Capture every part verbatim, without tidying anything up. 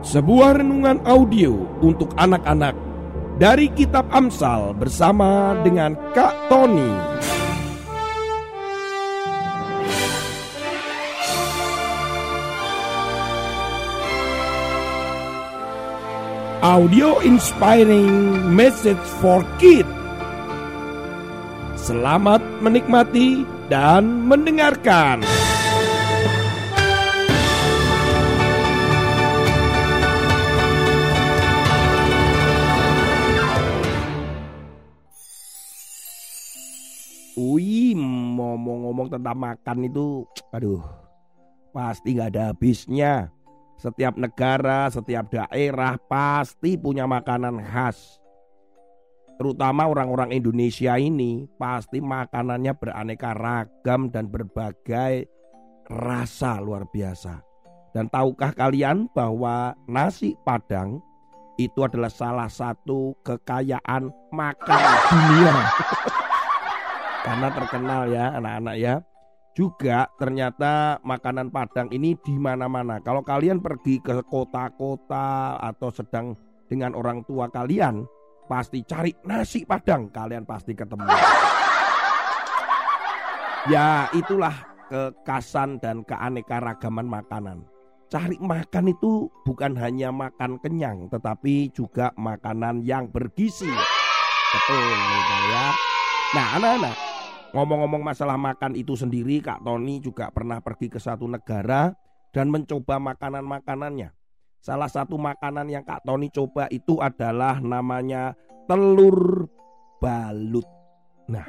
Sebuah renungan audio untuk anak-anak dari Kitab Amsal bersama dengan Kak Tony. Audio inspiring message for kids. Selamat menikmati dan mendengarkan. Wih, ngomong-ngomong tentang makan itu, aduh, pasti gak ada habisnya. Setiap negara, setiap daerah pasti punya makanan khas. Terutama orang-orang Indonesia ini pasti makanannya beraneka ragam dan berbagai rasa luar biasa. Dan tahukah kalian bahwa nasi Padang itu adalah salah satu kekayaan makan dunia? Karena terkenal ya anak-anak ya. Juga ternyata makanan Padang ini di mana-mana. Kalau kalian pergi ke kota-kota atau sedang dengan orang tua kalian, pasti cari nasi Padang, kalian pasti ketemu. Ya, itulah kekhasan dan keanekaragaman makanan. Cari makan itu bukan hanya makan kenyang, tetapi juga makanan yang bergizi. Betul gitu ya. Nah, anak-anak, ngomong-ngomong masalah makan itu sendiri, Kak Tony juga pernah pergi ke satu negara dan mencoba makanan-makanannya. Salah satu makanan yang Kak Tony coba itu adalah namanya telur balut. Nah,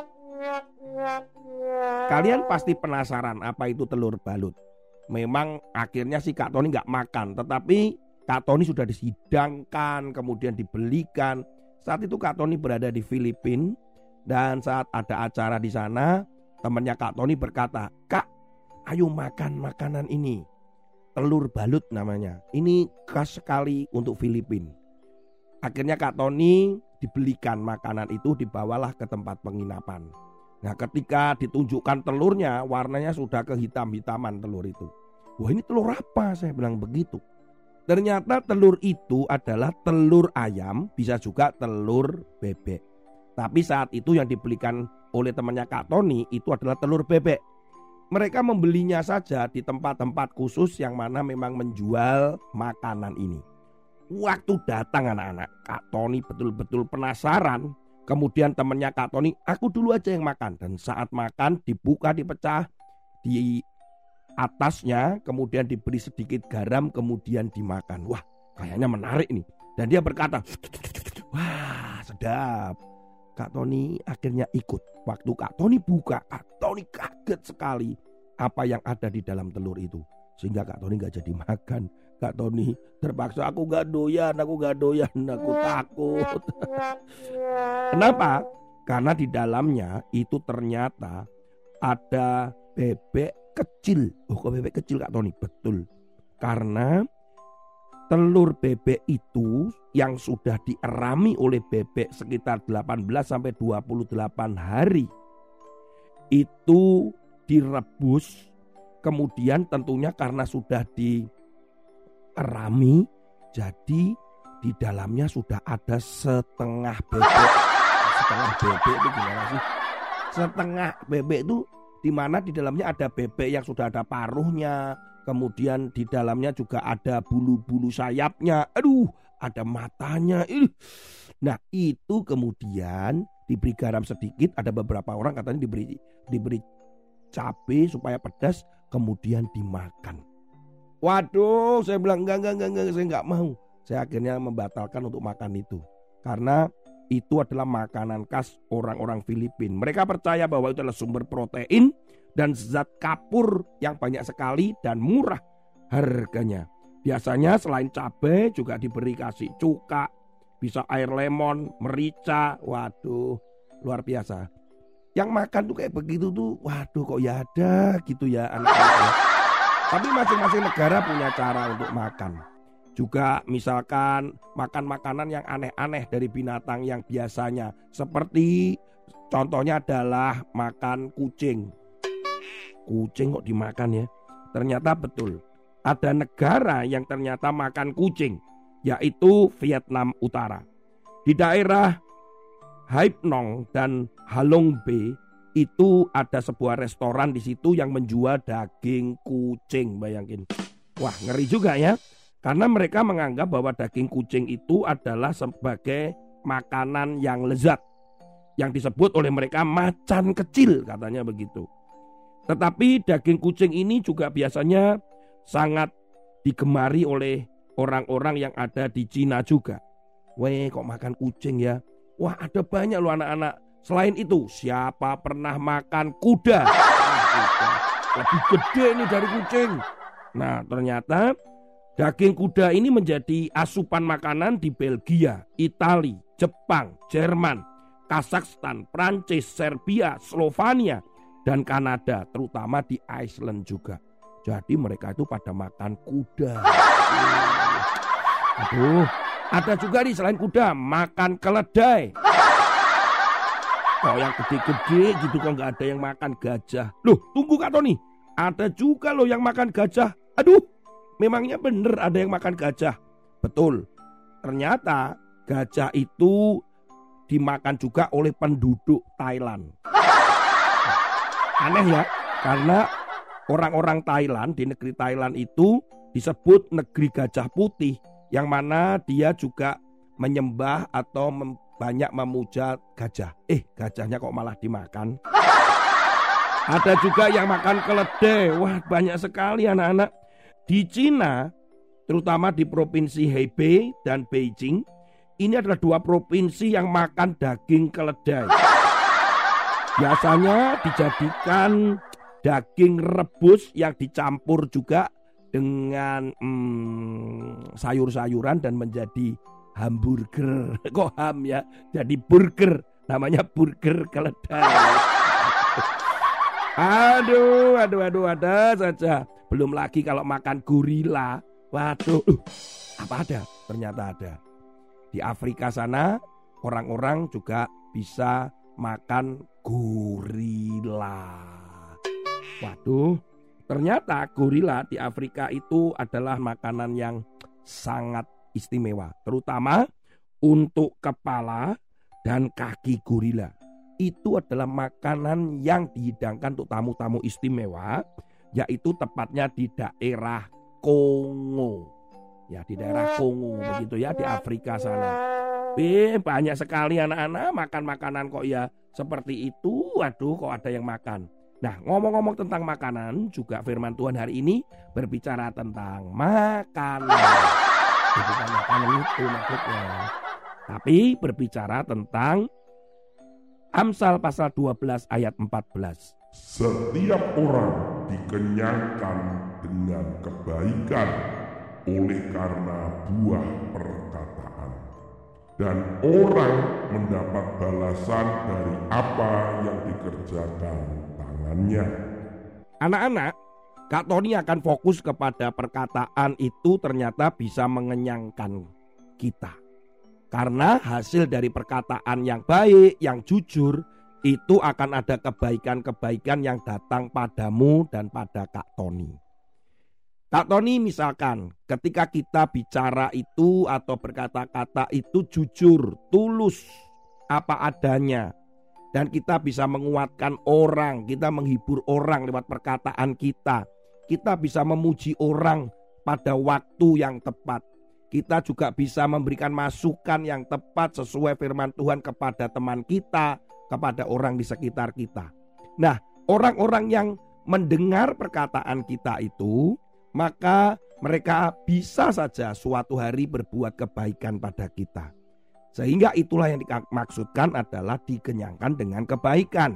kalian pasti penasaran apa itu telur balut. Memang akhirnya sih Kak Tony gak makan, tetapi Kak Tony sudah disidangkan, kemudian dibelikan. Saat itu Kak Tony berada di Filipina. Dan saat ada acara di sana, temannya Kak Tony berkata, "Kak, ayo makan makanan ini. Telur balut namanya. Ini khas sekali untuk Filipina." Akhirnya Kak Tony dibelikan makanan itu, dibawalah ke tempat penginapan. Nah, ketika ditunjukkan telurnya, warnanya sudah kehitam-hitaman telur itu. "Wah, ini telur apa?" saya bilang begitu. Ternyata telur itu adalah telur ayam, bisa juga telur bebek. Tapi saat itu yang dibelikan oleh temannya Kak Tony itu adalah telur bebek. Mereka membelinya saja di tempat-tempat khusus yang mana memang menjual makanan ini. Waktu datang anak-anak, Kak Tony betul-betul penasaran. Kemudian temannya Kak Tony, "Aku dulu aja yang makan." Dan saat makan dibuka, dipecah di atasnya, kemudian diberi sedikit garam, kemudian dimakan. Wah, kayaknya menarik nih. Dan dia berkata, "Wah, sedap." Kak Tony akhirnya ikut. Waktu Kak Tony buka, Kak Tony kaget sekali apa yang ada di dalam telur itu. Sehingga Kak Tony gak jadi makan. Kak Tony terpaksa, "Aku gak doyan, aku gak doyan, aku takut." Kenapa? Karena di dalamnya itu ternyata ada bebek kecil. Oh, kok bebek kecil Kak Tony? Betul. Karena telur bebek itu yang sudah dierami oleh bebek sekitar delapan belas sampai dua puluh delapan hari itu direbus, kemudian tentunya karena sudah dierami, jadi di dalamnya sudah ada setengah bebek. Setengah bebek itu gimana sih? Setengah bebek itu dimana di dalamnya ada bebek yang sudah ada paruhnya. Kemudian di dalamnya juga ada bulu-bulu sayapnya. Aduh, ada matanya. Nah, itu kemudian diberi garam sedikit. Ada beberapa orang katanya diberi diberi cabai supaya pedas, kemudian dimakan. Waduh, saya bilang enggak, enggak, enggak, enggak, saya enggak mau. Saya akhirnya membatalkan untuk makan itu. Karena itu adalah makanan khas orang-orang Filipina. Mereka percaya bahwa itu adalah sumber protein dan zat kapur yang banyak sekali dan murah harganya. Biasanya selain cabai juga diberi kasih cuka, bisa air lemon, merica. Waduh, luar biasa. Yang makan tuh kayak begitu tuh, waduh kok ya ada gitu ya anak-anak. Tapi masing-masing negara punya cara untuk makan. Juga misalkan makan makanan yang aneh-aneh dari binatang yang biasanya. Seperti contohnya adalah makan kucing. Kucing kok dimakan ya? Ternyata betul. ada negara yang ternyata makan kucing, yaitu Vietnam Utara. Di daerah Hai Nong dan Halong Bay itu ada sebuah restoran di situ yang menjual daging kucing, bayangin. Wah, ngeri juga ya. Karena mereka menganggap bahwa daging kucing itu adalah sebagai makanan yang lezat, yang disebut oleh mereka macan kecil, katanya begitu. Tetapi daging kucing ini juga biasanya sangat digemari oleh orang-orang yang ada di Cina juga. Weh, kok makan kucing ya? Wah, ada banyak loh anak-anak. Selain itu, siapa pernah makan kuda? Nah, kuda. Lebih gede nih dari kucing. Nah, ternyata daging kuda ini menjadi asupan makanan di Belgia, Italia, Jepang, Jerman, Kazakhstan, Prancis, Serbia, Slovenia, dan Kanada, terutama di Iceland juga. Jadi mereka itu pada makan kuda. Aduh, ada juga nih selain kuda, makan keledai. Kok yang gede-gede gitu kok nggak ada yang makan gajah. Loh, tunggu Kak Tony, ada juga loh yang makan gajah. Aduh, memangnya bener ada yang makan gajah? Betul, ternyata gajah itu dimakan juga oleh penduduk Thailand. Aneh ya, karena orang-orang Thailand di negeri Thailand itu disebut negeri gajah putih, yang mana dia juga menyembah atau mem- banyak memuja gajah. Eh, gajahnya kok malah dimakan? Ada juga yang makan keledai. Wah, banyak sekali anak-anak. Di Cina, terutama di provinsi Hebei dan Beijing, ini adalah dua provinsi yang makan daging keledai. Biasanya dijadikan daging rebus yang dicampur juga dengan hmm, sayur-sayuran dan menjadi hamburger. Kok ham ya? Jadi burger. Namanya burger keledai. Aduh, aduh, aduh, ada saja. Belum lagi kalau makan gorila. Waduh, uh, apa ada? Ternyata ada. Di Afrika sana orang-orang juga bisa makan gorila. Waduh, ternyata gorila di Afrika itu adalah makanan yang sangat istimewa, terutama untuk kepala dan kaki gorila. Itu adalah makanan yang dihidangkan untuk tamu-tamu istimewa, yaitu tepatnya di daerah Kongo. Ya, di daerah Kongo begitu ya, di Afrika sana. Eh, banyak sekali anak-anak makan makanan kok ya seperti itu. Waduh, kok ada yang makan. Nah, ngomong-ngomong tentang makanan, juga firman Tuhan hari ini berbicara tentang makanan. Bukan makanan itu maksudnya, tapi berbicara tentang Amsal pasal dua belas ayat empat belas. Setiap orang dikenyangkan dengan kebaikan oleh karena buah perkataan, dan orang mendapat balasan dari apa yang dikerjakan tangannya. Anak-anak, Kak Tony akan fokus kepada perkataan itu ternyata bisa mengenyangkan kita. Karena hasil dari perkataan yang baik, yang jujur, itu akan ada kebaikan-kebaikan yang datang padamu dan pada Kak Tony. Kak Tony misalkan ketika kita bicara itu atau berkata-kata itu jujur, tulus, apa adanya. Dan kita bisa menguatkan orang, kita menghibur orang lewat perkataan kita. Kita bisa memuji orang pada waktu yang tepat. Kita juga bisa memberikan masukan yang tepat sesuai firman Tuhan kepada teman kita, kepada orang di sekitar kita. Nah, orang-orang yang mendengar perkataan kita itu, maka mereka bisa saja suatu hari berbuat kebaikan pada kita. Sehingga itulah yang dimaksudkan adalah dikenyangkan dengan kebaikan.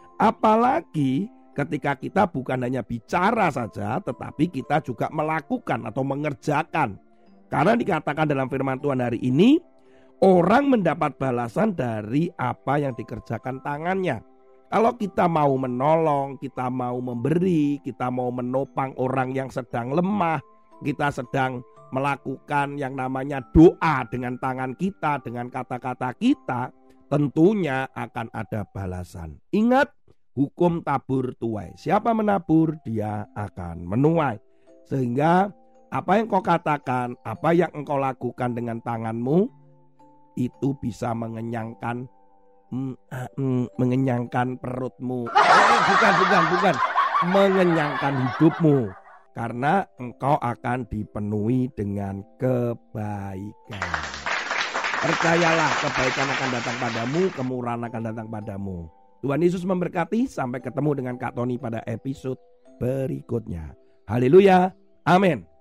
Apalagi ketika kita bukan hanya bicara saja, tetapi kita juga melakukan atau mengerjakan. Karena dikatakan dalam firman Tuhan hari ini, orang mendapat balasan dari apa yang dikerjakan tangannya. Kalau kita mau menolong, kita mau memberi, kita mau menopang orang yang sedang lemah, kita sedang melakukan yang namanya doa dengan tangan kita, dengan kata-kata kita, tentunya akan ada balasan. Ingat, hukum tabur tuai. Siapa menabur, dia akan menuai. Sehingga Apa yang kau katakan, apa yang engkau lakukan dengan tanganmu, itu bisa mengenyangkan mm, mm, mengenyangkan perutmu. Eh, bukan, bukan, bukan. Mengenyangkan hidupmu. Karena engkau akan dipenuhi dengan kebaikan. Percayalah, kebaikan akan datang padamu, kemurahan akan datang padamu. Tuhan Yesus memberkati. Sampai ketemu dengan Kak Tony pada episode berikutnya. Haleluya. Amin.